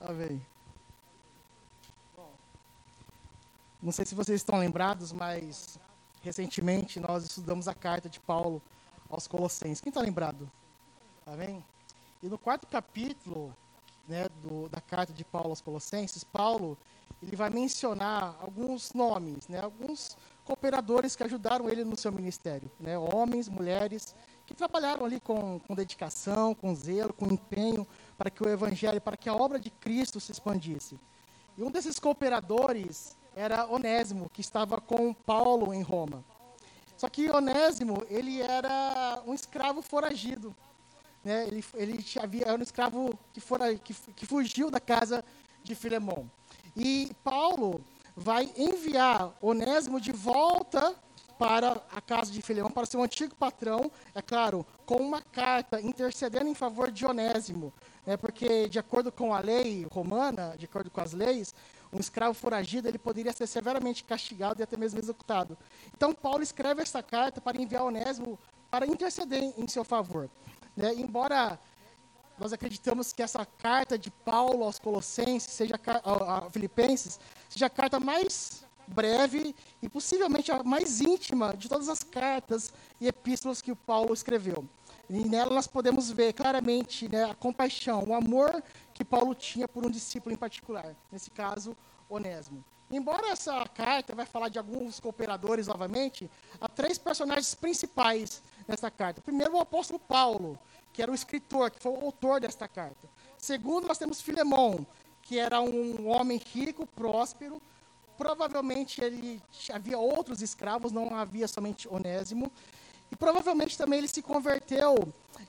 Amém. Não sei se vocês estão lembrados, mas recentemente nós estudamos a carta de Paulo aos Colossenses. Quem está lembrado? Amém? E no quarto capítulo, né, da carta de Paulo aos Colossenses, Paulo ele vai mencionar alguns nomes, né, alguns cooperadores que ajudaram ele no seu ministério, né, homens, mulheres, que trabalharam ali com dedicação, com zelo, com empenho, para que o evangelho, para que a obra de Cristo se expandisse. E um desses cooperadores era Onésimo, que estava com Paulo em Roma. Só que Onésimo, ele era um escravo foragido. Né? Era um escravo que fugiu da casa de Filemão. E Paulo vai enviar Onésimo de volta para a casa de Filemão, para seu antigo patrão, é claro, com uma carta intercedendo em favor de Onésimo. Né? Porque, de acordo com a lei romana, de acordo com as leis, um escravo foragido ele poderia ser severamente castigado e até mesmo executado. Então, Paulo escreve essa carta para enviar Onésimo para interceder em seu favor. Né? Embora nós acreditamos que essa carta de Paulo aos Colossenses, a Filipenses, seja a carta mais breve e possivelmente a mais íntima de todas as cartas e epístolas que o Paulo escreveu. E nela nós podemos ver claramente, né, a compaixão, o amor que Paulo tinha por um discípulo em particular, nesse caso, Onésimo. Embora essa carta vai falar de alguns cooperadores novamente, há 3 personagens principais nessa carta. Primeiro, o apóstolo Paulo, que era o escritor, que foi o autor desta carta. Segundo, nós temos Filemão, que era um homem rico, próspero. Provavelmente havia outros escravos, não havia somente Onésimo. E provavelmente também ele se converteu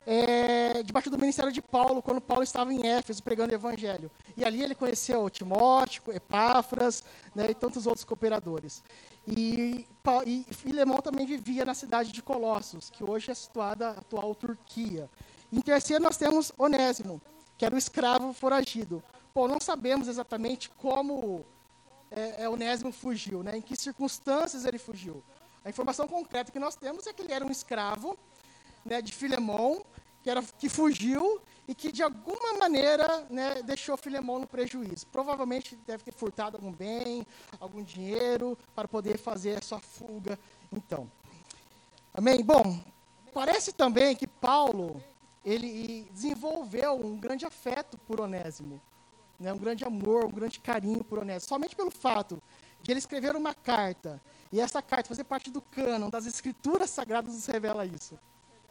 debaixo do ministério de Paulo, quando Paulo estava em Éfeso pregando o evangelho. E ali ele conheceu Timóteo, Epáfras, né, e tantos outros cooperadores. E Filemão também vivia na cidade de Colossos, que hoje é situada na atual Turquia. Em terceiro nós temos Onésimo, que era o escravo foragido. Bom, não sabemos exatamente como Onésimo fugiu, né, em que circunstâncias ele fugiu. A informação concreta que nós temos é que ele era um escravo, né, de Filemão, que fugiu e que, de alguma maneira, né, deixou Filemão no prejuízo. Provavelmente deve ter furtado algum bem, algum dinheiro, para poder fazer a sua fuga. Então, amém? Bom, parece também que Paulo ele desenvolveu um grande afeto por Onésimo, né, um grande amor, um grande carinho por Onésimo. Somente pelo fato de ele escrever uma carta, e essa carta fazer parte do cânon das Escrituras Sagradas nos revela isso.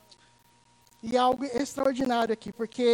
E é algo extraordinário aqui,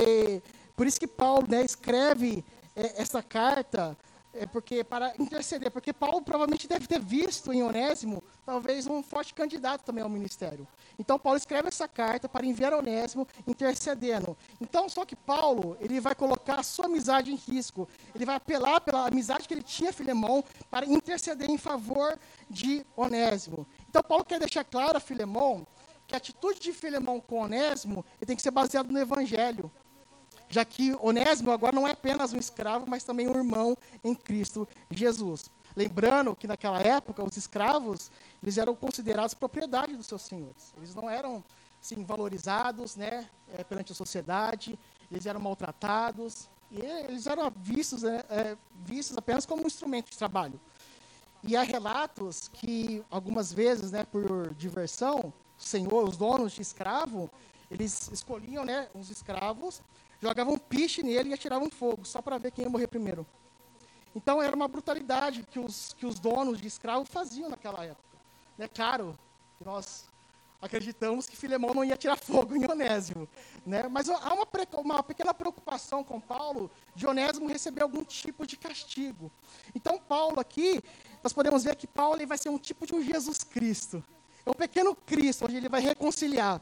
por isso que Paulo, né, escreve essa carta, para interceder, porque Paulo provavelmente deve ter visto em Onésimo, talvez um forte candidato também ao ministério. Então Paulo escreve essa carta para enviar a Onésimo intercedendo. Então, só que Paulo, ele vai colocar a sua amizade em risco, ele vai apelar pela amizade que ele tinha a Filemão para interceder em favor de Onésimo. Então Paulo quer deixar claro a Filemão que a atitude de Filemão com Onésimo tem que ser baseada no evangelho, já que Onésimo agora não é apenas um escravo, mas também um irmão em Cristo Jesus. Lembrando que naquela época os escravos eles eram considerados propriedade dos seus senhores. Eles não eram assim, valorizados, né, perante a sociedade, eles eram maltratados, e eles eram vistos apenas como um instrumento de trabalho. E há relatos que algumas vezes, né, por diversão, os donos de escravo, eles escolhiam, né, os escravos, jogavam piche nele e atiravam fogo, só para ver quem ia morrer primeiro. Então, era uma brutalidade que os donos de escravo faziam naquela época. É claro que nós acreditamos que Filemão não ia tirar fogo em Onésimo. Né? Mas há uma pequena preocupação com Paulo de Onésimo receber algum tipo de castigo. Então, Paulo aqui, nós podemos ver que Paulo ele vai ser um tipo de um Jesus Cristo. É um pequeno Cristo, onde ele vai reconciliar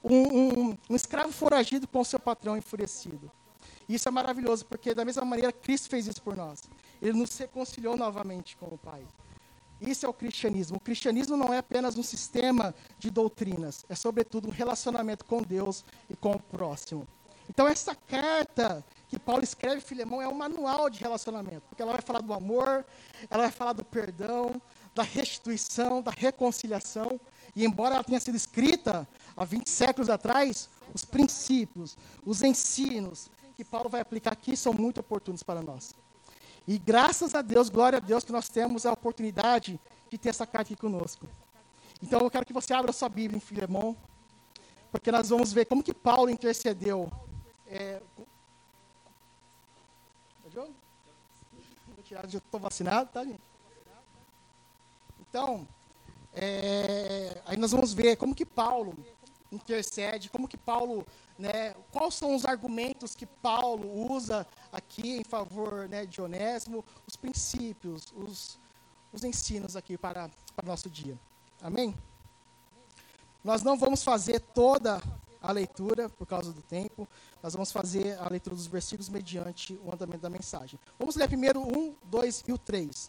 um escravo foragido com o seu patrão enfurecido. E isso é maravilhoso, porque da mesma maneira Cristo fez isso por nós. Ele nos reconciliou novamente com o Pai. Isso é o cristianismo. O cristianismo não é apenas um sistema de doutrinas, é sobretudo um relacionamento com Deus e com o próximo. Então essa carta que Paulo escreve, Filemão, é um manual de relacionamento, porque ela vai falar do amor, ela vai falar do perdão, da restituição, da reconciliação. E embora ela tenha sido escrita há 20 séculos atrás, os princípios, os ensinos que que Paulo vai aplicar aqui são muito oportunos para nós. E graças a Deus, glória a Deus, que nós temos a oportunidade de ter essa carta aqui conosco. Então eu quero que você abra a sua Bíblia em Filemão, porque nós vamos ver como que Paulo intercedeu. Vou tirar, eu estou vacinado, tá, gente? Então, aí nós vamos ver como que Paulo intercede, como que Paulo, né, quais são os argumentos que Paulo usa aqui em favor, né, de Onésimo, os princípios, os ensinos aqui para o nosso dia. Amém? Nós não vamos fazer toda a leitura por causa do tempo, nós vamos fazer a leitura dos versículos mediante o andamento da mensagem. Vamos ler primeiro o 1, 2 e o 3.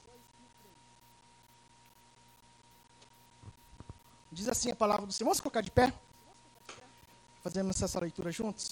Diz assim a palavra do Senhor. Vamos colocar de pé? Fazemos essa leitura juntos?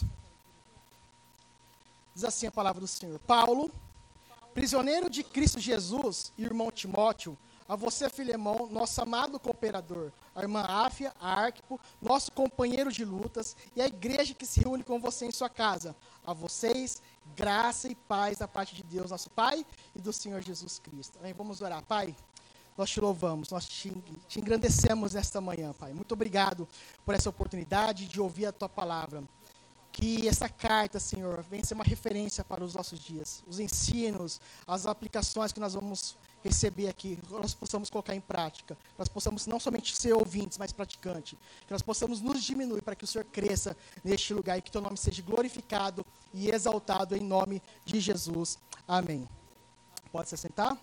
Diz assim a palavra do Senhor. Paulo, prisioneiro de Cristo Jesus, e irmão Timóteo, a você, Filemão, nosso amado cooperador, a irmã Áfia, a Arquipo, nosso companheiro de lutas, e a igreja que se reúne com você em sua casa. A vocês, graça e paz da parte de Deus, nosso Pai, e do Senhor Jesus Cristo. Amém? Vamos orar. Pai, nós te louvamos, nós te engrandecemos nesta manhã, Pai. Muito obrigado por essa oportunidade de ouvir a Tua palavra. Que essa carta, Senhor, venha ser uma referência para os nossos dias. Os ensinos, as aplicações que nós vamos receber aqui, nós possamos colocar em prática. Nós possamos não somente ser ouvintes, mas praticantes. Que nós possamos nos diminuir para que o Senhor cresça neste lugar e que Teu nome seja glorificado e exaltado em nome de Jesus. Amém. Pode se sentar?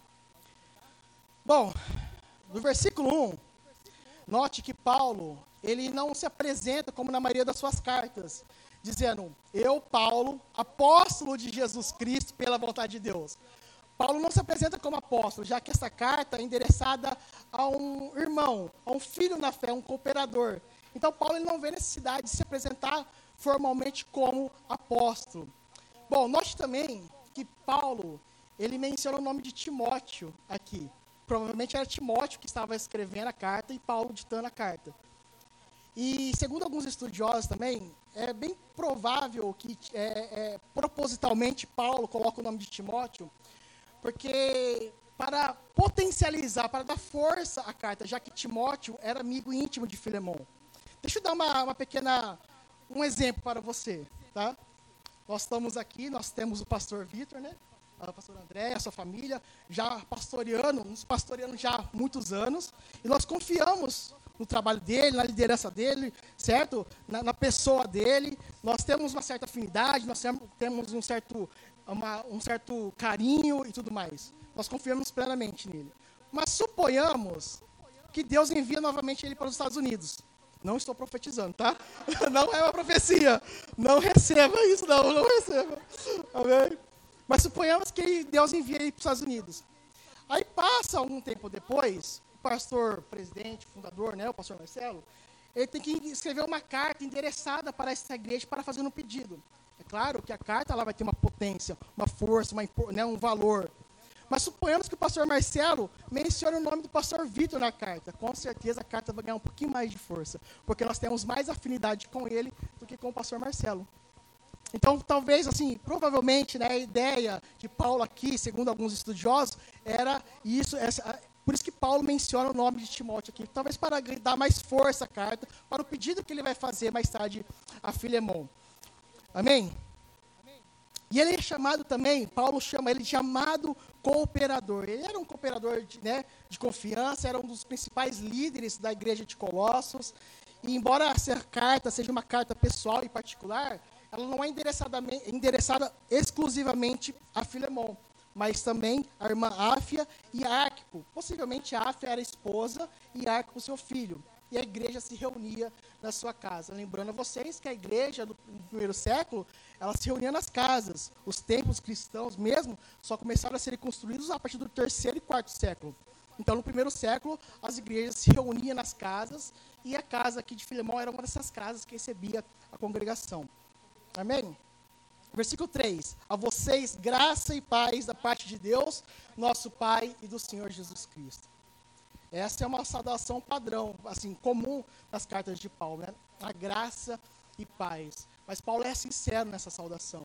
Bom, no versículo 1, note que Paulo, ele não se apresenta como na maioria das suas cartas, dizendo, eu, Paulo, apóstolo de Jesus Cristo pela vontade de Deus. Paulo não se apresenta como apóstolo, já que essa carta é endereçada a um irmão, a um filho na fé, um cooperador. Então, Paulo ele não vê necessidade de se apresentar formalmente como apóstolo. Bom, note também que Paulo, ele menciona o nome de Timóteo aqui. Provavelmente era Timóteo que estava escrevendo a carta e Paulo ditando a carta. E, segundo alguns estudiosos também, é bem provável que, propositalmente, Paulo coloca o nome de Timóteo, porque para potencializar, para dar força à carta, já que Timóteo era amigo íntimo de Filemão. Deixa eu dar um exemplo para você, tá? Nós estamos aqui, nós temos o pastor Vitor, né? A pastora André, a sua família, já nos pastoreando já há muitos anos, e nós confiamos no trabalho dele, na liderança dele, certo? Na pessoa dele, nós temos uma certa afinidade, nós temos um certo carinho e tudo mais. Nós confiamos plenamente nele. Mas suponhamos que Deus envia novamente ele para os Estados Unidos. Não estou profetizando, tá? Não é uma profecia. Não receba isso, não receba. Amém? Mas suponhamos que Deus envia ele para os Estados Unidos. Aí passa algum tempo depois, o pastor presidente, fundador, né, o pastor Marcelo, ele tem que escrever uma carta endereçada para essa igreja para fazer um pedido. É claro que a carta ela vai ter uma potência, uma força, um valor. Mas suponhamos que o pastor Marcelo mencione o nome do pastor Vitor na carta. Com certeza a carta vai ganhar um pouquinho mais de força, porque nós temos mais afinidade com ele do que com o pastor Marcelo. Então, talvez, assim, provavelmente, né, a ideia de Paulo aqui, segundo alguns estudiosos, era isso, por isso que Paulo menciona o nome de Timóteo aqui, talvez para dar mais força à carta, para o pedido que ele vai fazer mais tarde a Filemão. Amém? E ele é chamado também, Paulo chama ele de amado cooperador. Ele era um cooperador de confiança, era um dos principais líderes da igreja de Colossos, e embora essa carta seja uma carta pessoal e particular, ela não é endereçada exclusivamente a Filemão, mas também a irmã Áfia e a Arquipo. Possivelmente a Áfia era esposa e Arquipo seu filho. E a igreja se reunia na sua casa. Lembrando a vocês que a igreja do primeiro século, ela se reunia nas casas. Os templos cristãos mesmo só começaram a serem construídos a partir do 3º e 4º século. Então, no primeiro século, as igrejas se reuniam nas casas e a casa aqui de Filemão era uma dessas casas que recebia a congregação. Amém? Versículo 3. A vocês, graça e paz da parte de Deus, nosso Pai e do Senhor Jesus Cristo. Essa é uma saudação padrão, assim, comum nas cartas de Paulo, né? A graça e paz. Mas Paulo é sincero nessa saudação.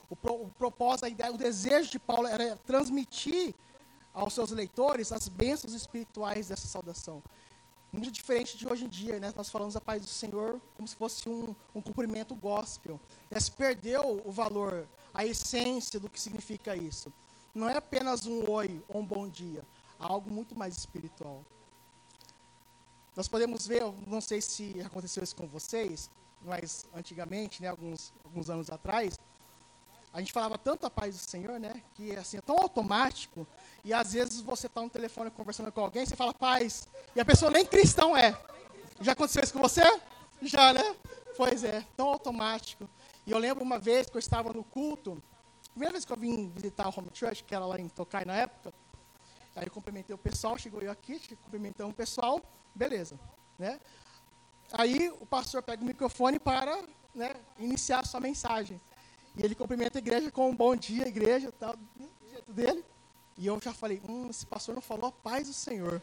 O propósito, a ideia, o desejo de Paulo era transmitir aos seus leitores as bênçãos espirituais dessa saudação. Muito diferente de hoje em dia, né? Nós falamos a paz do Senhor como se fosse um cumprimento gospel. Se perdeu o valor, a essência do que significa isso. Não é apenas um oi ou um bom dia, há algo muito mais espiritual. Nós podemos ver, eu não sei se aconteceu isso com vocês, mas antigamente, né, alguns anos atrás, a gente falava tanto a paz do Senhor, né, que assim, é tão automático, e às vezes você está no telefone conversando com alguém, você fala paz, e a pessoa nem cristão é. Já aconteceu isso com você? Já, né? Pois é, tão automático. E eu lembro uma vez que eu estava no culto, primeira vez que eu vim visitar o Home Church, que era lá em Tokai na época, aí eu cumprimentei o pessoal, chegou eu aqui, cumprimentamos o pessoal, beleza, né? Aí o pastor pega o microfone para, né, iniciar a sua mensagem. E ele cumprimenta a igreja com um bom dia, igreja, tal, do jeito dele. E eu já falei, esse pastor não falou a paz do Senhor.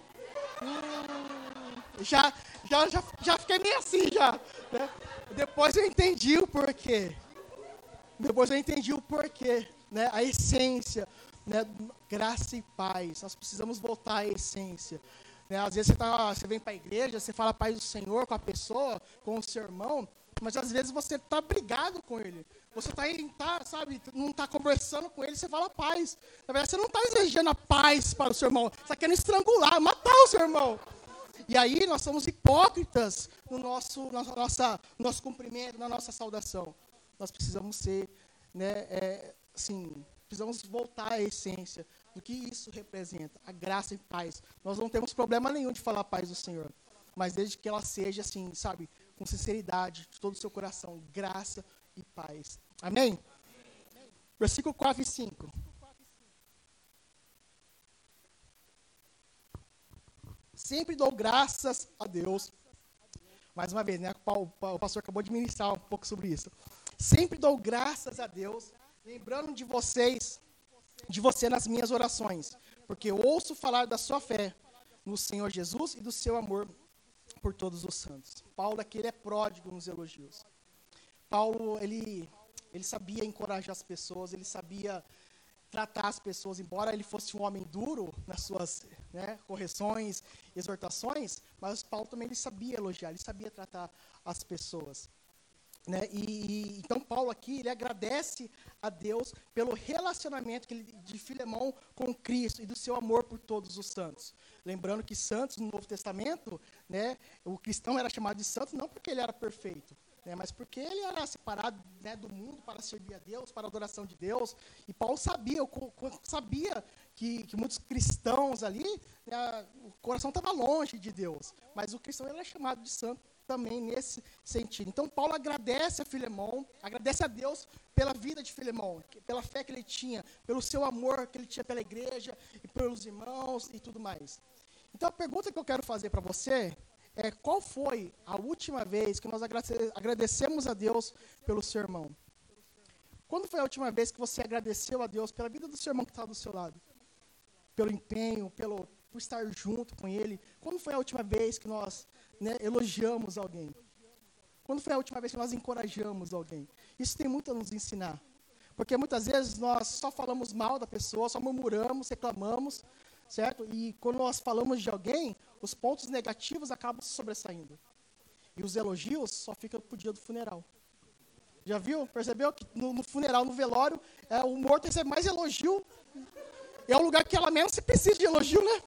Já fiquei meio assim, já. Né? Depois eu entendi o porquê. Né? A essência, né? Graça e paz. Nós precisamos voltar à essência. Né? Às vezes você vem para a igreja, você fala a paz do Senhor com a pessoa, com o seu irmão, mas às vezes você está brigado com ele. Você não está conversando com ele, você fala paz. Na verdade, você não está desejando a paz para o seu irmão. Você está querendo estrangular, matar o seu irmão. E aí nós somos hipócritas no nosso cumprimento, na nossa saudação. Nós precisamos ser, né, precisamos voltar à essência do que isso representa, a graça e paz. Nós não temos problema nenhum de falar a paz do Senhor, mas desde que ela seja assim, sabe, com sinceridade, de todo o seu coração, graça e paz. Amém? Versículo 4 e 5. Sempre dou graças a Deus. Mais uma vez, né? O pastor acabou de ministrar um pouco sobre isso. Sempre dou graças a Deus, lembrando de você nas minhas orações, porque ouço falar da sua fé no Senhor Jesus e do seu amor por todos os santos. Paulo aqui, ele é pródigo nos elogios. Paulo, ele sabia encorajar as pessoas, ele sabia tratar as pessoas, embora ele fosse um homem duro nas suas, né, correções, exortações, mas Paulo também ele sabia elogiar, ele sabia tratar as pessoas. Né? Então Paulo aqui, ele agradece a Deus pelo relacionamento de Filemão com Cristo e do seu amor por todos os santos. Lembrando que santos no Novo Testamento, né, o cristão era chamado de santo não porque ele era perfeito, né, mas porque ele era separado, né, do mundo para servir a Deus, para a adoração de Deus. E Paulo sabia que muitos cristãos ali, né, o coração estava longe de Deus, mas o cristão ele é chamado de santo também nesse sentido. Então Paulo agradece a Filemão, agradece a Deus pela vida de Filemão, pela fé que ele tinha, pelo seu amor que ele tinha pela igreja e pelos irmãos e tudo mais. Então a pergunta que eu quero fazer para você é: qual foi a última vez que nós agradecemos a Deus pelo seu irmão? Quando foi a última vez que você agradeceu a Deus pela vida do seu irmão que estava do seu lado? Pelo empenho, por estar junto com ele? Quando foi a última vez que nós, né, elogiamos alguém? Quando foi a última vez que nós encorajamos alguém? Isso tem muito a nos ensinar. Porque muitas vezes nós só falamos mal da pessoa, só murmuramos, reclamamos, certo? E quando nós falamos de alguém, os pontos negativos acabam se sobressaindo. E os elogios só ficam pro dia do funeral. Já viu? Percebeu que no funeral, no velório, o morto recebe mais elogio. É o lugar que ela menos se precisa de elogio, né?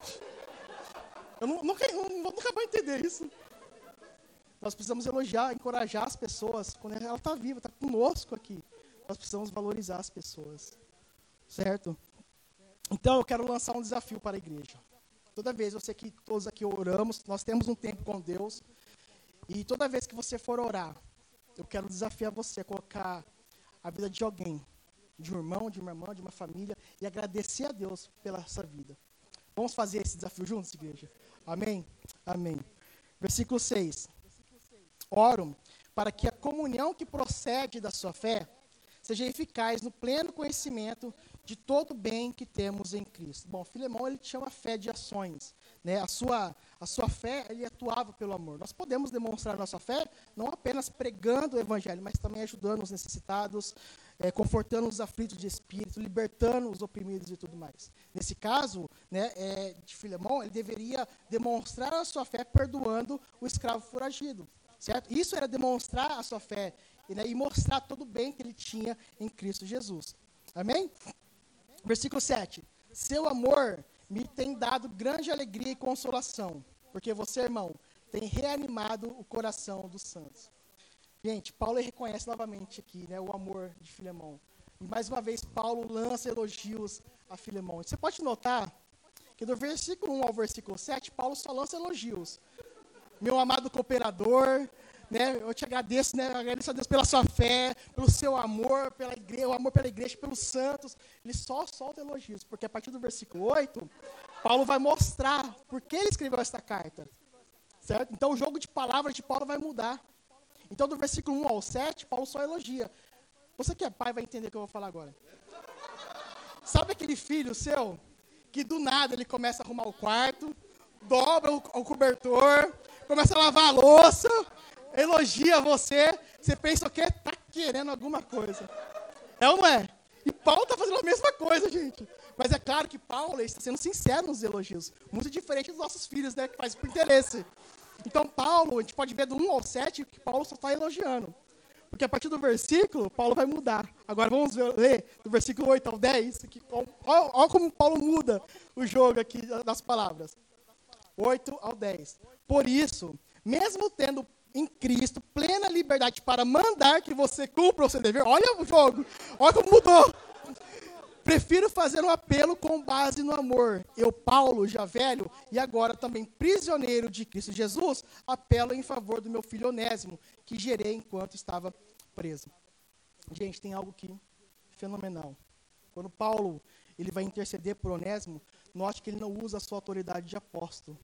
Eu nunca vou entender isso. Nós precisamos elogiar, encorajar as pessoas quando ela está viva, está conosco aqui. Nós precisamos valorizar as pessoas. Certo? Então, eu quero lançar um desafio para a igreja. Toda vez, eu sei que todos aqui oramos, nós temos um tempo com Deus. E toda vez que você for orar, eu quero desafiar você a colocar a vida de alguém, de um irmão, de uma irmã, de uma família, e agradecer a Deus pela sua vida. Vamos fazer esse desafio juntos, igreja? Amém? Amém. Versículo 6. Oro para que a comunhão que procede da sua fé seja eficaz no pleno conhecimento de todo o bem que temos em Cristo. Bom, Filemão, ele tinha uma fé de ações, né? A sua fé, ele atuava pelo amor. Nós podemos demonstrar nossa fé não apenas pregando o evangelho, mas também ajudando os necessitados, confortando os aflitos de espírito, libertando os oprimidos e tudo mais. Nesse caso, né, de Filemão, ele deveria demonstrar a sua fé perdoando o escravo foragido, certo? Isso era demonstrar a sua fé, né, e mostrar todo o bem que ele tinha em Cristo Jesus. Amém? Versículo 7. Seu amor me tem dado grande alegria e consolação, porque você, irmão, tem reanimado o coração dos santos. Gente, Paulo reconhece novamente aqui, né, o amor de Filemão. E mais uma vez, Paulo lança elogios a Filemão. Você pode notar que do versículo 1 ao versículo 7, Paulo só lança elogios. Meu amado cooperador, né, eu te agradeço, né, agradeço a Deus pela sua fé, pelo seu amor, pela igreja, o amor pela igreja, pelos santos. Ele só solta elogios, porque a partir do versículo 8, Paulo vai mostrar por que ele escreveu esta carta. Certo? Então o jogo de palavras de Paulo vai mudar. Então do versículo 1 ao 7, Paulo só elogia. Você que é pai vai entender o que eu vou falar agora. Sabe aquele filho seu, que do nada ele começa a arrumar o quarto, dobra o cobertor, começa a lavar a louça, elogia você, você pensa o quê? Tá querendo alguma coisa. É ou não é? E Paulo está fazendo a mesma coisa, gente. Mas é claro que Paulo está sendo sincero nos elogios. Muito diferente dos nossos filhos, né? Que faz por interesse. Então, Paulo, a gente pode ver do 1 ao 7 que Paulo só está elogiando. Porque a partir do versículo, Paulo vai mudar. Agora vamos ler do versículo 8 ao 10. Olha como Paulo muda o jogo aqui das palavras. 8 ao 10. Por isso, mesmo tendo em Cristo plena liberdade para mandar que você cumpra o seu dever. Olha o jogo. Olha como mudou. Prefiro fazer um apelo com base no amor. Eu, Paulo, já velho, e agora também prisioneiro de Cristo Jesus, apelo em favor do meu filho Onésimo, que gerei enquanto estava preso. Gente, tem algo aqui fenomenal. Quando Paulo ele vai interceder por Onésimo, note que ele não usa a sua autoridade de apóstolo.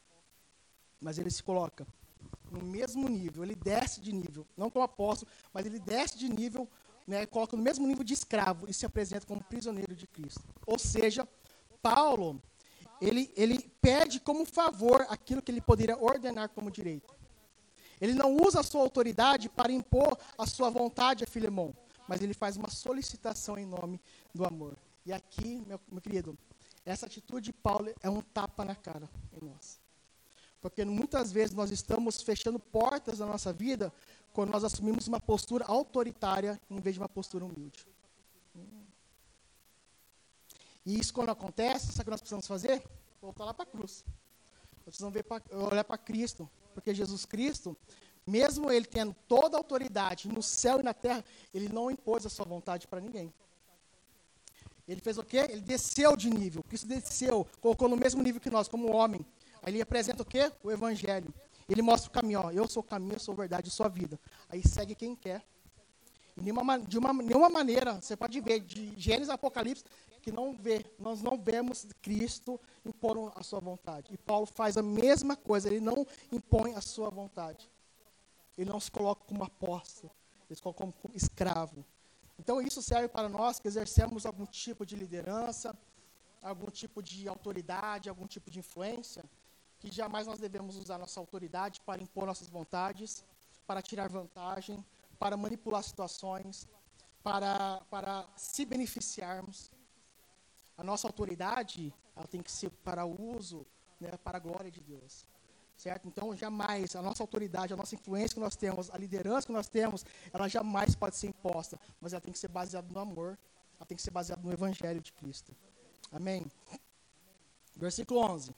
Mas ele se coloca no mesmo nível, ele desce de nível, não como apóstolo, mas ele desce de nível, né, coloca no mesmo nível de escravo e se apresenta como prisioneiro de Cristo. Ou seja, Paulo, ele pede como favor aquilo que ele poderia ordenar como direito. Ele não usa a sua autoridade para impor a sua vontade a Filemão, mas ele faz uma solicitação em nome do amor. E aqui, meu querido, essa atitude de Paulo é um tapa na cara em nós. Porque muitas vezes nós estamos fechando portas na nossa vida quando nós assumimos uma postura autoritária em vez de uma postura humilde. E isso quando acontece, sabe o que nós precisamos fazer? Voltar lá para a cruz. Nós precisamos olhar para Cristo. Porque Jesus Cristo, mesmo ele tendo toda a autoridade no céu e na terra, ele não impôs a sua vontade para ninguém. Ele fez o quê? Ele desceu de nível. Cristo desceu, colocou no mesmo nível que nós, como homem. Aí ele apresenta o quê? O evangelho. Ele mostra o caminho, ó, eu sou o caminho, eu sou a verdade, eu sou a vida. Aí segue quem quer. E de nenhuma maneira, você pode ver, de Gênesis a Apocalipse, que nós não vemos Cristo impor a sua vontade. E Paulo faz a mesma coisa, ele não impõe a sua vontade. Ele não se coloca como apóstolo, ele se coloca como escravo. Então isso serve para nós que exercemos algum tipo de liderança, algum tipo de autoridade, algum tipo de influência, que jamais nós devemos usar nossa autoridade para impor nossas vontades, para tirar vantagem, para manipular situações, para se beneficiarmos. A nossa autoridade, ela tem que ser para o uso, né, para a glória de Deus. Certo? Então, jamais a nossa autoridade, a nossa influência que nós temos, a liderança que nós temos, ela jamais pode ser imposta, mas ela tem que ser baseada no amor, ela tem que ser baseada no Evangelho de Cristo. Amém? Versículo 11.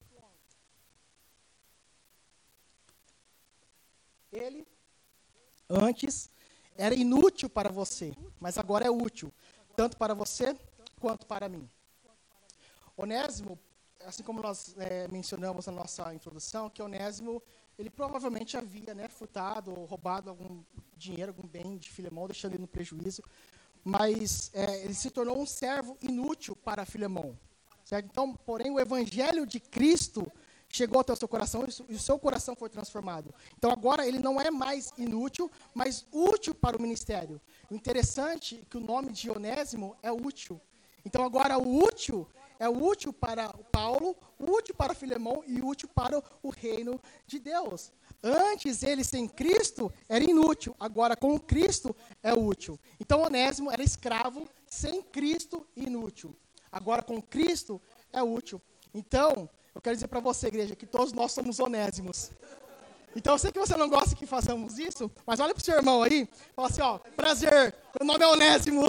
Ele, antes, era inútil para você, mas agora é útil, tanto para você quanto para mim. Onésimo, assim como nós mencionamos na nossa introdução, que Onésimo, ele provavelmente havia furtado ou roubado algum dinheiro, algum bem de Filemão, deixando ele no prejuízo, mas ele se tornou um servo inútil para Filemão. Certo? Então, porém, o evangelho de Cristo chegou até o seu coração e o seu coração foi transformado. Então, agora ele não é mais inútil, mas útil para o ministério. O interessante é que o nome de Onésimo é útil. Então, agora o útil é útil para Paulo, útil para Filemão e útil para o reino de Deus. Antes ele sem Cristo era inútil, agora com Cristo é útil. Então Onésimo era escravo, sem Cristo inútil. Agora com Cristo é útil. Então, eu quero dizer para você, igreja, que todos nós somos Onésimos. Então eu sei que você não gosta que façamos isso, mas olha para o seu irmão aí, fala assim, ó, prazer, meu nome é Onésimo.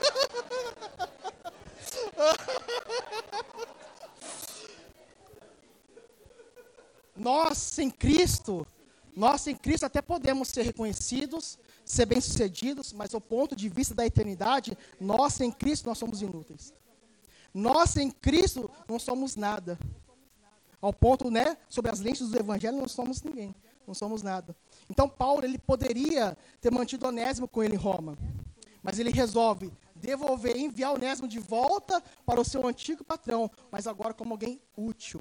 Nós sem Cristo até podemos ser reconhecidos, ser bem-sucedidos, mas do ponto de vista da eternidade, nós sem Cristo nós somos inúteis. Nós sem Cristo não somos nada. Ao ponto, né, sob as lentes do evangelho, não somos ninguém, não somos nada. Então Paulo, ele poderia ter mantido Onésimo com ele em Roma, mas ele resolve devolver, enviar Onésimo de volta para o seu antigo patrão, mas agora como alguém útil.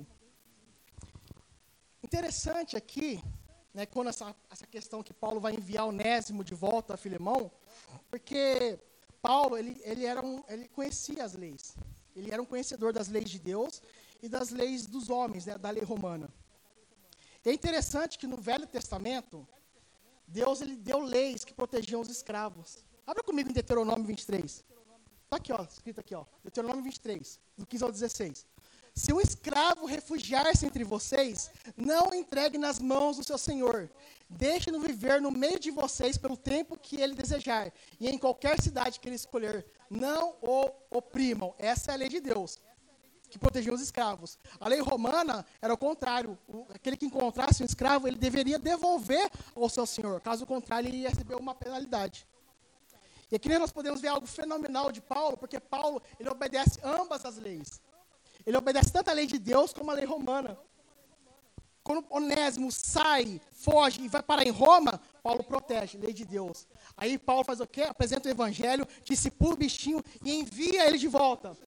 Interessante aqui, né, quando essa questão que Paulo vai enviar Onésimo de volta a Filemão, porque Paulo, ele conhecia as leis. Ele era um conhecedor das leis de Deus e das leis dos homens, né, da lei romana. E é interessante que no Velho Testamento, Deus ele deu leis que protegiam os escravos. Abra comigo em Deuteronômio 23. Está aqui, ó, escrito aqui, ó, Deuteronômio 23, do 15 ao 16. Se um escravo refugiar-se entre vocês, não entregue nas mãos do seu senhor. Deixe-no viver no meio de vocês pelo tempo que ele desejar. E em qualquer cidade que ele escolher, não o oprimam. Essa é a lei de Deus, que protegia os escravos. A lei romana era o contrário. Aquele que encontrasse um escravo, ele deveria devolver ao seu senhor. Caso contrário, ele ia receber uma penalidade. E aqui nós podemos ver algo fenomenal de Paulo, porque Paulo, ele obedece ambas as leis. Ele obedece tanto a lei de Deus como a lei romana. Quando Onésimo sai, foge e vai parar em Roma, Paulo protege, lei de Deus. Aí Paulo faz o quê? Apresenta o evangelho, discipula o bichinho e envia ele de volta.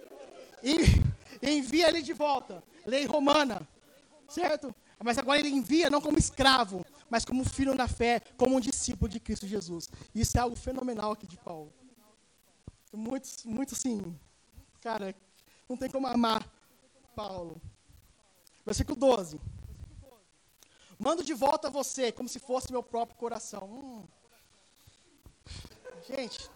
Envia ele de volta. Lei romana. Certo? Mas agora ele envia não como escravo, mas como filho na fé, como um discípulo de Cristo Jesus. Isso é algo fenomenal aqui de Paulo. Muito assim, cara, não tem como amar Paulo. Versículo 12. Mando de volta a você, como se fosse meu próprio coração. Gente,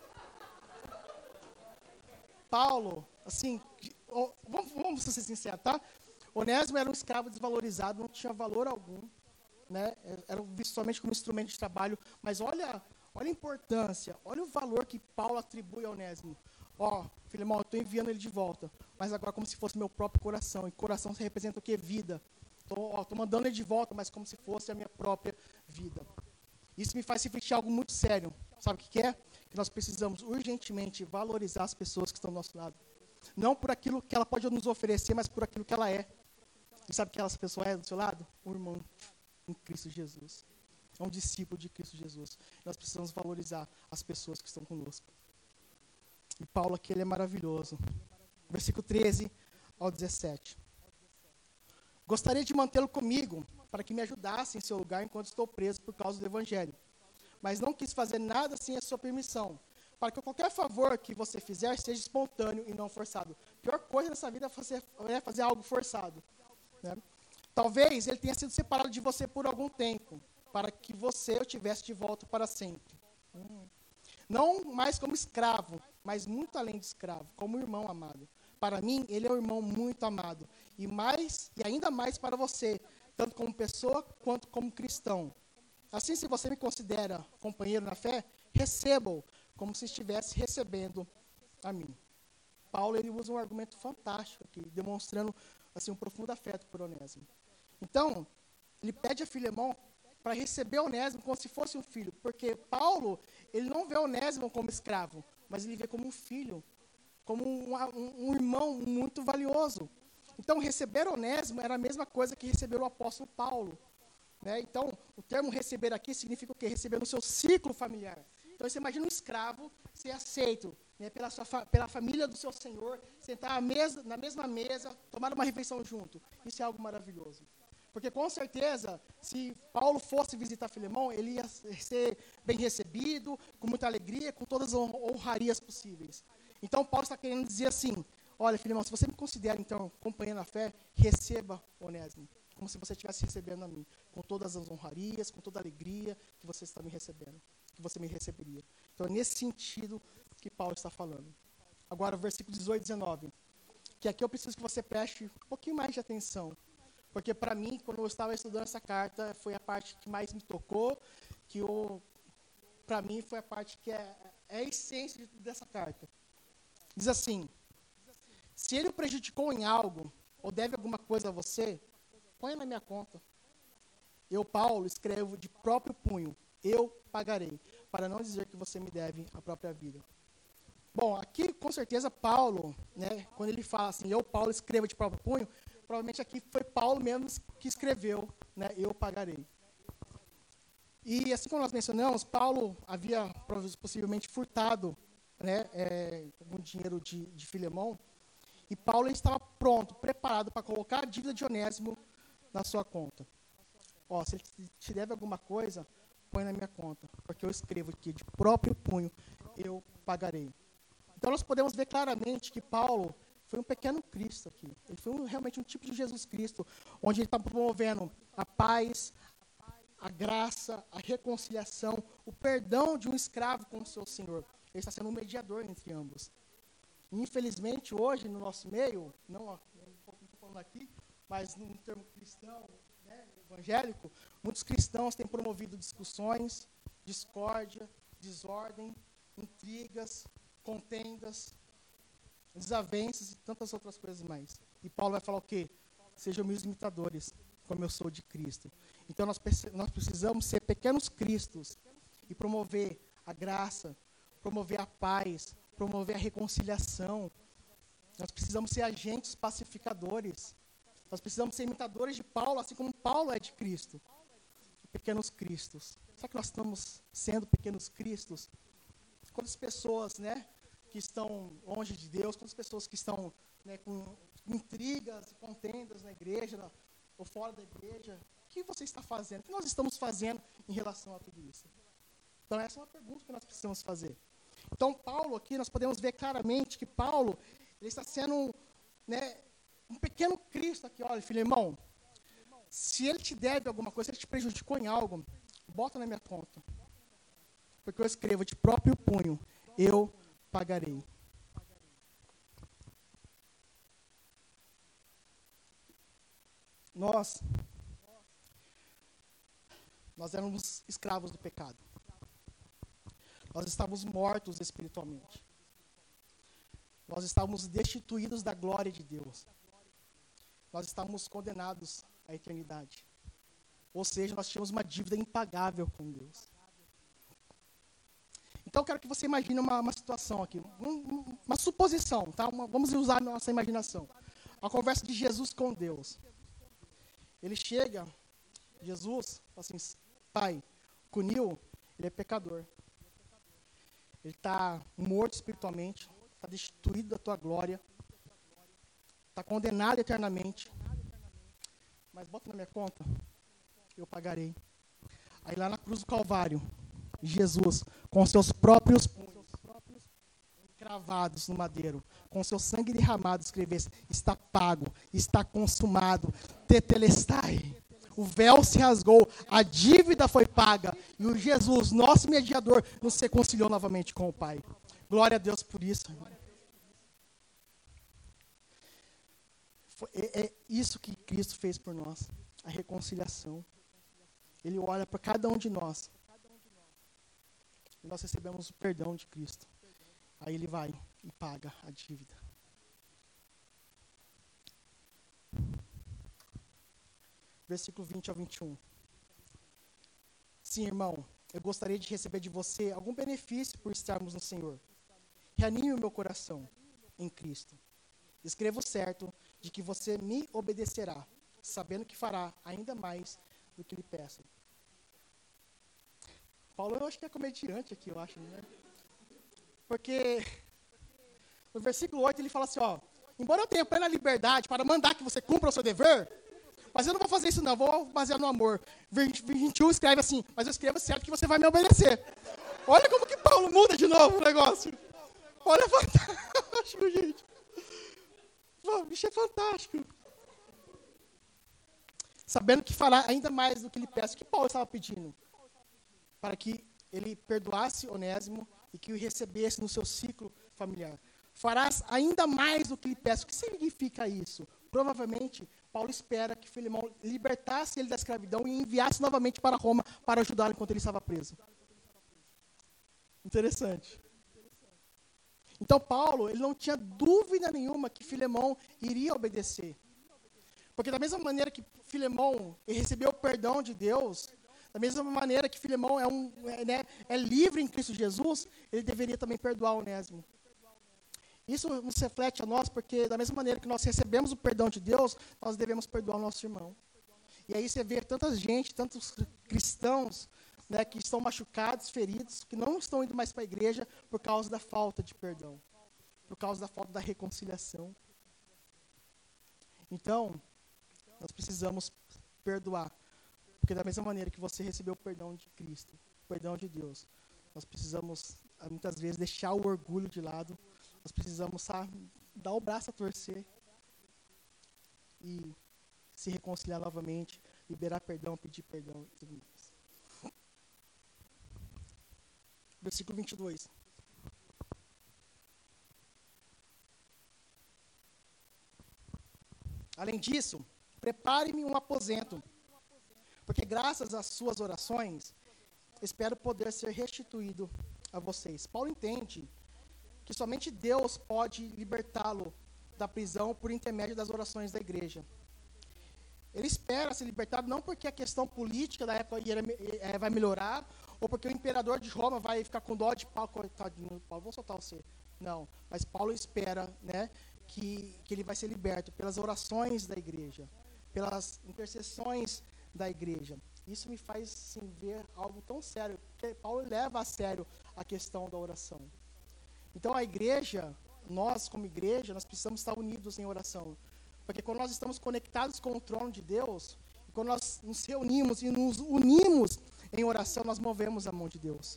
Paulo, assim, vamos ser sinceros, tá? Onésimo era um escravo desvalorizado, não tinha valor algum, né? Era visto somente como instrumento de trabalho. Mas olha a importância, olha o valor que Paulo atribui a Onésimo. Ó, Filemão, eu estou enviando ele de volta, mas agora como se fosse meu próprio coração. E coração se representa o quê? Vida. Estou mandando ele de volta, mas como se fosse a minha própria vida. Isso me faz refletir algo muito sério. Sabe o que é? Que nós precisamos urgentemente valorizar as pessoas que estão do nosso lado. Não por aquilo que ela pode nos oferecer, mas por aquilo que ela é. E sabe o que essa pessoa é do seu lado? Um irmão em Cristo Jesus. É um discípulo de Cristo Jesus. Nós precisamos valorizar as pessoas que estão conosco. E Paulo aqui, ele é maravilhoso. Versículo 13 ao 17. Gostaria de mantê-lo comigo, para que me ajudasse em seu lugar enquanto estou preso por causa do Evangelho. Mas não quis fazer nada sem a sua permissão, para que qualquer favor que você fizer seja espontâneo e não forçado. A pior coisa nessa vida é fazer algo forçado. Né? Talvez ele tenha sido separado de você por algum tempo, para que você o tivesse de volta para sempre. Não mais como escravo, mas muito além de escravo, como irmão amado. Para mim, ele é um irmão muito amado. E ainda mais para você, tanto como pessoa quanto como cristão. Assim, se você me considera companheiro na fé, receba-o como se estivesse recebendo a mim. Paulo, ele usa um argumento fantástico aqui, demonstrando assim, um profundo afeto por Onésimo. Então, ele pede a Filemão para receber Onésimo como se fosse um filho, porque Paulo, ele não vê Onésimo como escravo, mas ele vê como um filho, como um irmão muito valioso. Então, receber Onésimo era a mesma coisa que receber o apóstolo Paulo. Né? Então, o termo receber aqui significa o quê? Receber no seu ciclo familiar. Então, você imagina um escravo ser aceito, né, pela família do seu senhor, sentar na mesma mesa, tomar uma refeição junto. Isso é algo maravilhoso. Porque, com certeza, se Paulo fosse visitar Filemão, ele ia ser bem recebido, com muita alegria, com todas as honrarias possíveis. Então, Paulo está querendo dizer assim, olha, Filemão, se você me considera, então, companheiro na fé, receba Onésimo, como se você estivesse recebendo a mim. com todas as honrarias, com toda a alegria que você está me recebendo, que você me receberia. Então, é nesse sentido que Paulo está falando. Agora, o versículo 18 e 19, que aqui eu preciso que você preste um pouquinho mais de atenção, porque para mim, quando eu estava estudando essa carta, foi a parte que mais me tocou, para mim foi a parte que é a essência dessa carta. Diz assim: se ele o prejudicou em algo, ou deve alguma coisa a você, põe na minha conta. Eu, Paulo, escrevo de próprio punho, eu pagarei, para não dizer que você me deve a própria vida. Bom, aqui com certeza Paulo, né, quando ele fala assim, eu, Paulo, escrevo de próprio punho, provavelmente aqui foi Paulo mesmo que escreveu, né, eu pagarei. E assim como nós mencionamos, Paulo havia possivelmente furtado, né, algum dinheiro de Filemão, e Paulo estava pronto, preparado para colocar a dívida de Onésimo na sua conta. Ó, se ele te deve alguma coisa, põe na minha conta, porque eu escrevo aqui de próprio punho, eu pagarei. Então nós podemos ver claramente que Paulo foi um pequeno Cristo aqui. Ele foi realmente um tipo de Jesus Cristo, onde ele está promovendo a paz, a graça, a reconciliação, o perdão de um escravo com o seu Senhor. Ele está sendo um mediador entre ambos. Infelizmente, hoje, no nosso meio, não estou falando aqui, mas no termo cristão, né, evangélico, muitos cristãos têm promovido discussões, discórdia, desordem, intrigas, contendas, desavenças e tantas outras coisas mais. E Paulo vai falar o quê? Sejam meus imitadores, como eu sou de Cristo. Então, nós precisamos ser pequenos cristos e promover a graça, promover a paz, promover a reconciliação. Nós precisamos ser agentes pacificadores. Nós precisamos ser imitadores de Paulo, assim como Paulo é de Cristo. Pequenos cristos. Será que nós estamos sendo pequenos cristos? Quantas pessoas, né, que estão longe de Deus, quantas pessoas que estão, né, com intrigas e contendas na igreja, ou fora da igreja, o que você está fazendo? O que nós estamos fazendo em relação a tudo isso? Então, essa é uma pergunta que nós precisamos fazer. Então, Paulo aqui, nós podemos ver claramente que Paulo, ele está sendo, né, um pequeno Cristo aqui. Olha, Filemão, se ele te deve alguma coisa, se ele te prejudicou em algo, bota na minha conta. Porque eu escrevo de próprio punho, eu pagarei. Nós éramos escravos do pecado. Nós estávamos mortos espiritualmente. Nós estávamos destituídos da glória de Deus. Nós estávamos condenados à eternidade. Ou seja, nós tínhamos uma dívida impagável com Deus. Então, eu quero que você imagine uma situação aqui, uma suposição, tá? Vamos usar a nossa imaginação. A conversa de Jesus com Deus. Ele chega, Jesus, fala assim, Pai, Cunil, ele é pecador. Ele está morto espiritualmente, está destituído da tua glória, está condenado eternamente. Mas bota na minha conta, eu pagarei. Aí lá na cruz do Calvário, Jesus, com seus próprios punhos, cravados no madeiro, com seu sangue derramado, escrevesse, está pago, está consumado, tetelestai. O véu se rasgou, a dívida foi paga, e o Jesus, nosso mediador, nos reconciliou novamente com o Pai. Glória a Deus por isso. É isso que Cristo fez por nós, a reconciliação. Ele olha para cada um de nós. E nós recebemos o perdão de Cristo. Aí ele vai e paga a dívida. Versículo 20 ao 21. Sim, irmão, eu gostaria de receber de você algum benefício por estarmos no Senhor. Reanime o meu coração em Cristo. Escrevo certo de que você me obedecerá, sabendo que fará ainda mais do que lhe peço. Paulo, eu acho que é comediante aqui, eu acho, né? Porque no versículo 8 ele fala assim, ó, embora eu tenha plena liberdade para mandar que você cumpra o seu dever, mas eu não vou fazer isso não, vou basear no amor. 21 escreve assim, mas eu escrevo certo que você vai me obedecer. Olha como que Paulo muda de novo o negócio. Olha, fantástico, gente. O bicho é fantástico. sabendo que fará ainda mais do que lhe peço. O que Paulo estava pedindo? Para que ele perdoasse Onésimo e que o recebesse no seu ciclo familiar. Farás ainda mais do que lhe peço. O que significa isso? Provavelmente, Paulo espera que Filemão libertasse ele da escravidão e enviasse novamente para Roma para ajudá-lo enquanto ele estava preso. Interessante. Então, Paulo, ele não tinha dúvida nenhuma que Filemão iria obedecer. Porque da mesma maneira que Filemão recebeu o perdão de Deus, da mesma maneira que Filemão é livre em Cristo Jesus, ele deveria também perdoar Onésimo. Isso nos reflete a nós, porque da mesma maneira que nós recebemos o perdão de Deus, nós devemos perdoar o nosso irmão. E aí você vê tanta gente, tantos cristãos, né, que estão machucados, feridos, que não estão indo mais para a igreja por causa da falta de perdão, por causa da falta da reconciliação. Então, nós precisamos perdoar, porque da mesma maneira que você recebeu o perdão de Cristo, o perdão de Deus, nós precisamos, muitas vezes, deixar o orgulho de lado. Nós precisamos, dar o braço a torcer e se reconciliar novamente, liberar perdão, pedir perdão e tudo mais. Versículo 22. Além disso, prepare-me um aposento, porque graças às suas orações, espero poder ser restituído a vocês. Paulo entende que somente Deus pode libertá-lo da prisão por intermédio das orações da igreja. Ele espera ser libertado não porque a questão política da época vai melhorar, ou porque o imperador de Roma vai ficar com dó de Paulo, coitadinho, Paulo, vou soltar você. Não, mas Paulo espera, que ele vai ser liberto pelas orações da igreja, pelas intercessões da igreja. Isso me faz ver algo tão sério, porque Paulo leva a sério a questão da oração. Então a igreja, nós como igreja, nós precisamos estar unidos em oração. Porque quando nós estamos conectados com o trono de Deus, quando nós nos reunimos e nos unimos em oração, nós movemos a mão de Deus.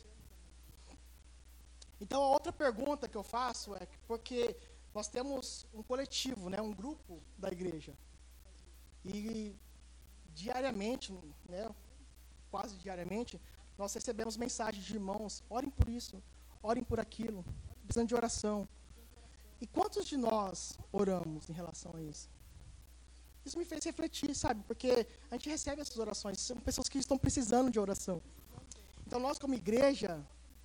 Então a outra pergunta que eu faço é, porque nós temos um coletivo, um grupo da igreja. E diariamente, quase diariamente, nós recebemos mensagens de irmãos, orem por isso, orem por aquilo, precisando de oração. E quantos de nós oramos em relação a isso? Isso me fez refletir, porque a gente recebe essas orações, são pessoas que estão precisando de oração. Então nós como igreja,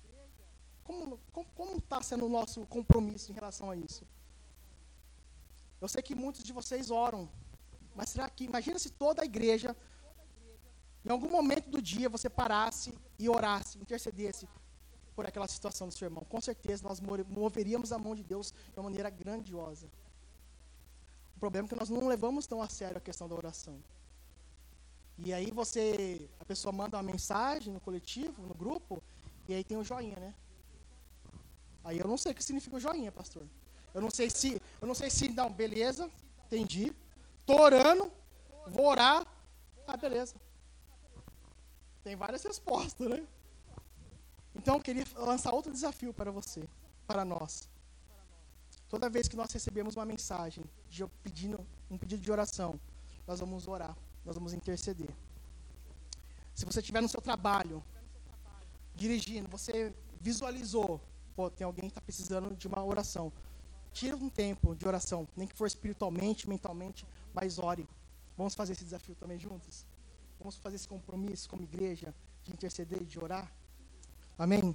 como está sendo o nosso compromisso em relação a isso? Eu sei que muitos de vocês oram, mas será que, imagina se toda a igreja, em algum momento do dia, você parasse e orasse, intercedesse por aquela situação do seu irmão. Com certeza nós moveríamos a mão de Deus de uma maneira grandiosa. O problema é que nós não levamos tão a sério a questão da oração. E aí a pessoa manda uma mensagem no coletivo, no grupo, e aí tem o joinha, Aí eu não sei o que significa o joinha, pastor. Eu não sei se, não, beleza, entendi. Tô orando, vou orar, beleza. Tem várias respostas, Então, eu queria lançar outro desafio para você, para nós. Toda vez que nós recebemos uma mensagem um pedido de oração, nós vamos orar, nós vamos interceder. Se você estiver no seu trabalho, dirigindo, você visualizou, tem alguém que está precisando de uma oração. Tira um tempo de oração, nem que for espiritualmente, mentalmente, mas ore. Vamos fazer esse desafio também juntos? Vamos fazer esse compromisso como igreja de interceder e de orar? Amém?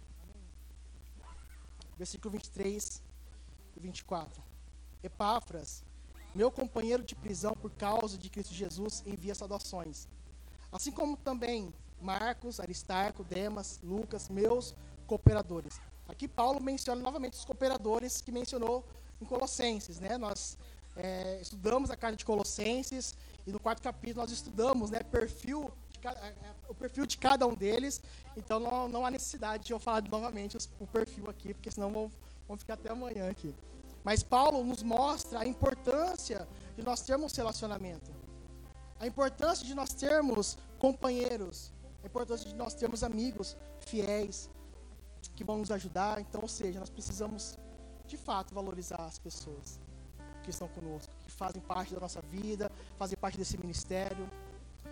Versículo 23 e 24. Epáfras, meu companheiro de prisão por causa de Cristo Jesus, envia saudações. Assim como também Marcos, Aristarco, Demas, Lucas, meus cooperadores. Aqui Paulo menciona novamente os cooperadores que mencionou em Colossenses, Nós estudamos a carta de Colossenses e no 4º capítulo nós estudamos, o perfil de cada um deles. Então não há necessidade de eu falar novamente o perfil aqui, porque senão vão ficar até amanhã aqui. Mas Paulo nos mostra a importância de nós termos relacionamento, a importância de nós termos companheiros, a importância de nós termos amigos fiéis que vão nos ajudar. Então, ou seja, nós precisamos de fato valorizar as pessoas que estão conosco, que fazem parte da nossa vida, fazem parte desse ministério.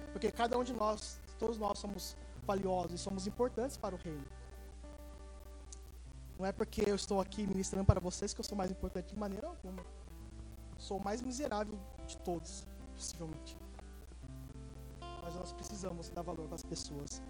Porque cada um de nós, todos nós somos valiosos e somos importantes para o reino. Não é porque eu estou aqui ministrando para vocês que eu sou mais importante de maneira alguma. Sou o mais miserável de todos, possivelmente. Mas nós precisamos dar valor para as pessoas.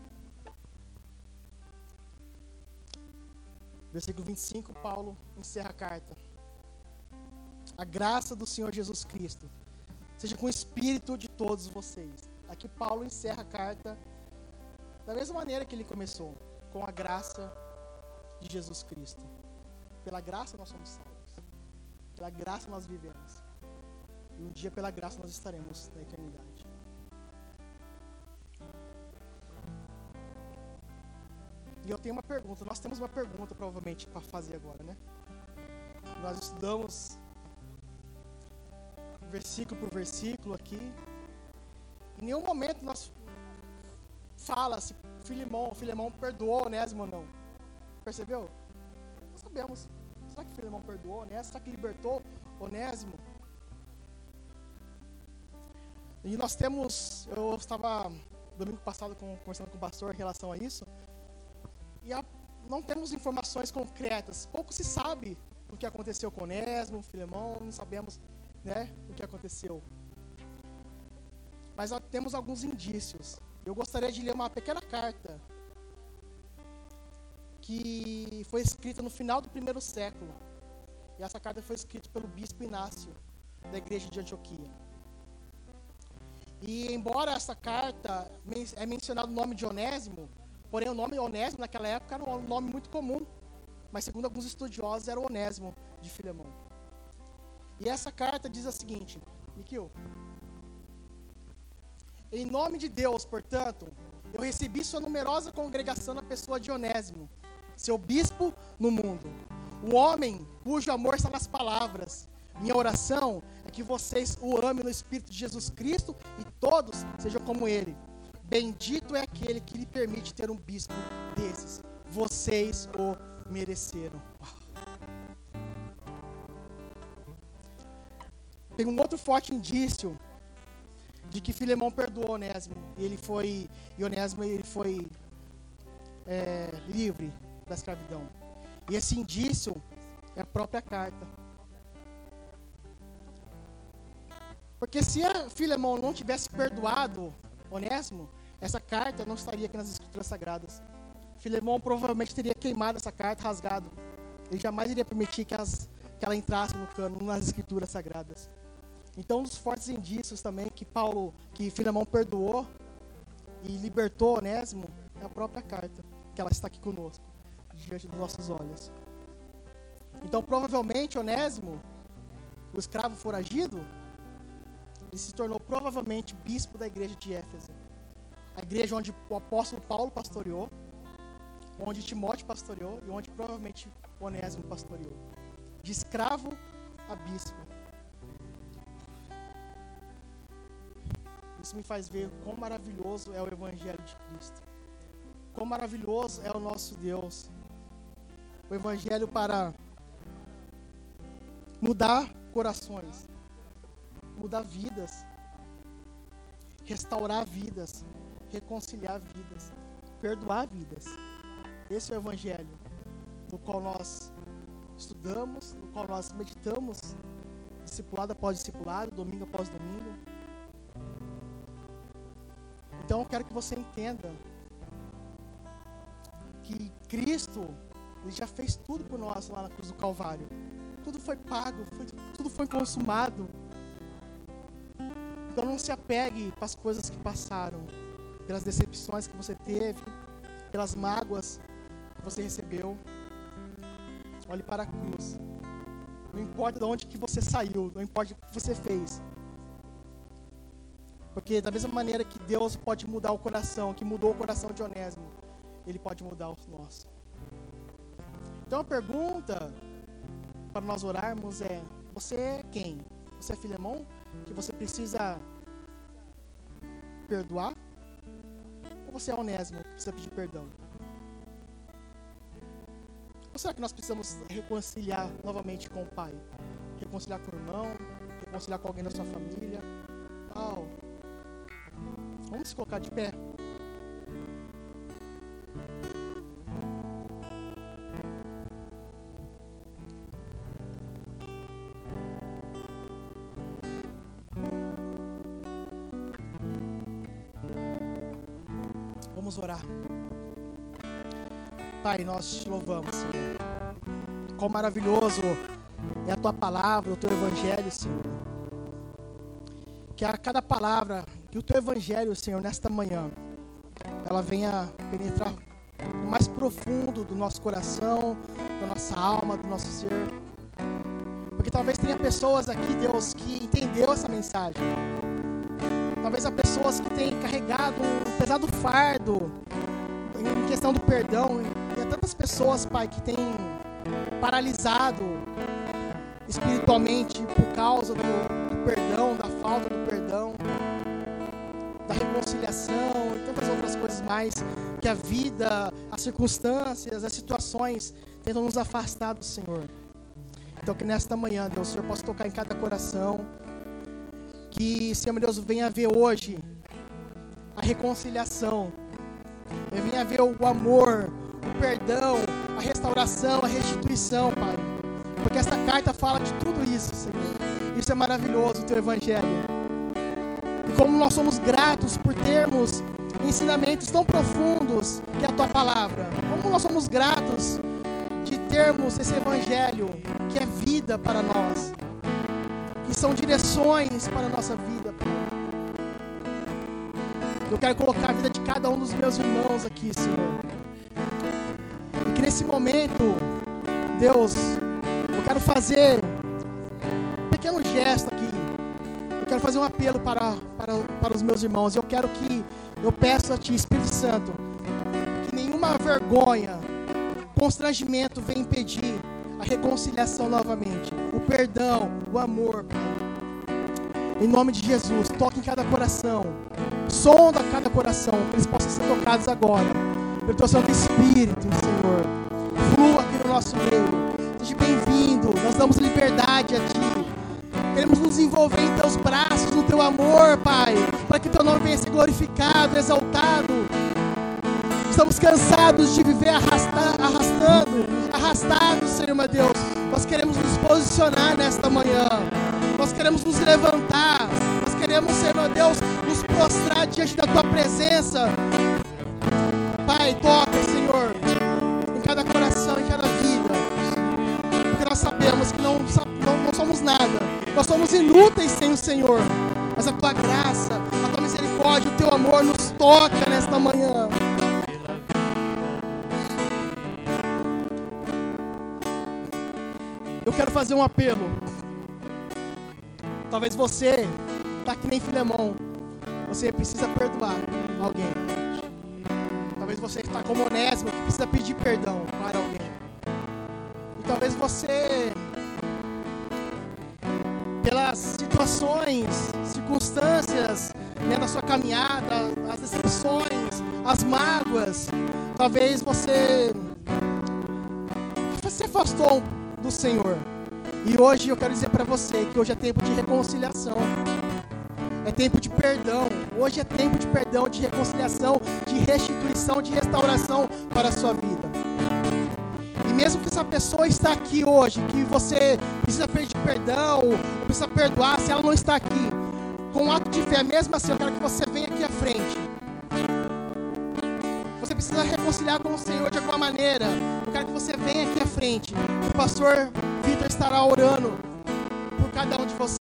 Versículo 25, Paulo encerra a carta. A graça do Senhor Jesus Cristo seja com o espírito de todos vocês. Aqui Paulo encerra a carta da mesma maneira que ele começou, com a graça de Jesus Cristo. Pela graça nós somos salvos. Pela graça nós vivemos. E um dia pela graça nós estaremos na eternidade. E eu tenho uma pergunta. Nós temos uma pergunta provavelmente para fazer agora, né? Nós estudamos versículo por versículo aqui. Em nenhum momento nós fala se Filemão perdoou Onésimo ou não. Percebeu? Nós sabemos. Será que Filemão perdoou Onésimo? Será que libertou Onésimo? E nós temos, eu estava domingo passado conversando com o pastor em relação a isso, e não temos informações concretas. Pouco se sabe o que aconteceu com Onésimo, Filemão, não sabemos, né, o que aconteceu. Mas nós temos alguns indícios. Eu gostaria de ler uma pequena carta que foi escrita no final do primeiro século. E essa carta foi escrita pelo bispo Inácio, da igreja de Antioquia. E embora essa carta é mencionado o nome de Onésimo, porém o nome Onésimo naquela época era um nome muito comum. Mas segundo alguns estudiosos era o Onésimo de Filemão. E essa carta diz o seguinte, Miquel: em nome de Deus, portanto, eu recebi sua numerosa congregação na pessoa de Onésimo, seu bispo no mundo, o homem cujo amor está nas palavras. Minha oração é que vocês o amem no Espírito de Jesus Cristo e todos sejam como ele. Bendito é aquele que lhe permite ter um bispo desses. Vocês o mereceram. Tem um outro forte indício de que Filemão perdoou Onésimo e Onésimo foi livre da escravidão. E esse indício é a própria carta. Porque se Filemão não tivesse perdoado Onésimo, essa carta não estaria aqui nas Escrituras Sagradas. Filemão provavelmente teria queimado essa carta, rasgado. Ele jamais iria permitir que ela entrasse no cano, nas Escrituras Sagradas. Então, um dos fortes indícios também que Filemão perdoou e libertou Onésimo é a própria carta, que ela está aqui conosco, diante dos nossos olhos. Então, provavelmente, Onésimo, o escravo foragido, ele se tornou provavelmente bispo da igreja de Éfeso. A igreja onde o apóstolo Paulo pastoreou, onde Timóteo pastoreou e onde provavelmente Onésimo pastoreou. De escravo a bispo. Isso me faz ver quão maravilhoso é o Evangelho de Cristo. Quão maravilhoso é o nosso Deus. O Evangelho para mudar corações, mudar vidas, restaurar vidas, reconciliar vidas, perdoar vidas. Esse é o Evangelho, no qual nós estudamos, no qual nós meditamos, discipulado após discipulado, domingo após domingo. Então eu quero que você entenda que Cristo, Ele já fez tudo por nós lá na cruz do Calvário. Tudo foi pago, tudo foi consumado. Então não se apegue para as coisas que passaram, pelas decepções que você teve, pelas mágoas que você recebeu. Olhe para a cruz. Não importa de onde que você saiu, não importa o que você fez. Porque da mesma maneira que Deus pode mudar o coração, que mudou o coração de Onésimo, Ele pode mudar o nosso. Então a pergunta para nós orarmos é: você é quem? Você é Filemão? Que você precisa perdoar? Ou você é Onésimo, que precisa pedir perdão? Ou será que nós precisamos reconciliar novamente com o Pai? Reconciliar com o irmão? Reconciliar com alguém da sua família? Vamos se colocar de pé. Vamos orar. Pai, nós te louvamos, Senhor. Quão maravilhoso é a Tua palavra, o Teu Evangelho, Senhor. Que a cada palavra, que o Teu Evangelho, Senhor, nesta manhã, ela venha penetrar no mais profundo do nosso coração, da nossa alma, do nosso ser. Porque talvez tenha pessoas aqui, Deus, que entendeu essa mensagem. Talvez há pessoas que têm carregado um pesado fardo em questão do perdão. E há tantas pessoas, Pai, que têm paralisado espiritualmente por causa do perdão, da falta do perdão, da reconciliação e tantas outras coisas mais que a vida, as circunstâncias, as situações tentam nos afastar do Senhor. Então que nesta manhã, Deus, o Senhor possa tocar em cada coração. Que, Senhor meu Deus, venha haver hoje a reconciliação, venha haver o amor, o perdão, a restauração, a restituição, Pai. Porque esta carta fala de tudo isso, Senhor. Isso é maravilhoso, o Teu Evangelho. E como nós somos gratos por termos ensinamentos tão profundos que é a Tua palavra. Como nós somos gratos de termos esse Evangelho que é vida para nós. Que são direções para a nossa vida, Pai. Eu quero colocar a vida de cada um dos meus irmãos aqui, Senhor. E que nesse momento, Deus, eu quero fazer um pequeno gesto aqui. Eu quero fazer um apelo para os meus irmãos. Eu peço a Ti, Espírito Santo, que nenhuma vergonha, constrangimento venha impedir a reconciliação novamente, o perdão, o amor, Pai. Em nome de Jesus, toque em cada coração, sonda cada coração, que eles possam ser tocados agora, pelo Teu Santo Espírito, Senhor. Flua aqui no nosso meio, seja bem-vindo, nós damos liberdade a Ti, queremos nos envolver em Teus braços, no Teu amor, Pai, para que Teu nome venha ser glorificado, exaltado. Estamos cansados de viver arrastados, Senhor meu Deus. Nós queremos nos posicionar nesta manhã. Nós queremos nos levantar. Nós queremos, Senhor meu Deus, nos prostrar diante da Tua presença. Pai, toca, Senhor, em cada coração, em cada vida. Porque nós sabemos que não somos nada. Nós somos inúteis sem o Senhor. Mas a Tua graça, a Tua misericórdia, o Teu amor nos toca nesta manhã. Eu quero fazer um apelo. Talvez você está que nem Filemão. Você precisa perdoar alguém. Talvez você está como Onésimo, que precisa pedir perdão para alguém. E talvez você, pelas situações, circunstâncias, né, da sua caminhada, as decepções, as mágoas, talvez você se afastou do Senhor. E hoje eu quero dizer para você que hoje é tempo de reconciliação. É tempo de perdão. Hoje é tempo de perdão, de reconciliação, de restituição, de restauração para a sua vida. E mesmo que essa pessoa está aqui hoje, que você precisa pedir perdão, ou precisa perdoar, se ela não está aqui, com um ato de fé, mesmo assim, eu quero que você venha aqui à frente. Você precisa reconciliar com o Senhor de alguma maneira. Eu quero que você venha aqui à frente. O pastor Vitor estará orando por cada um de vocês.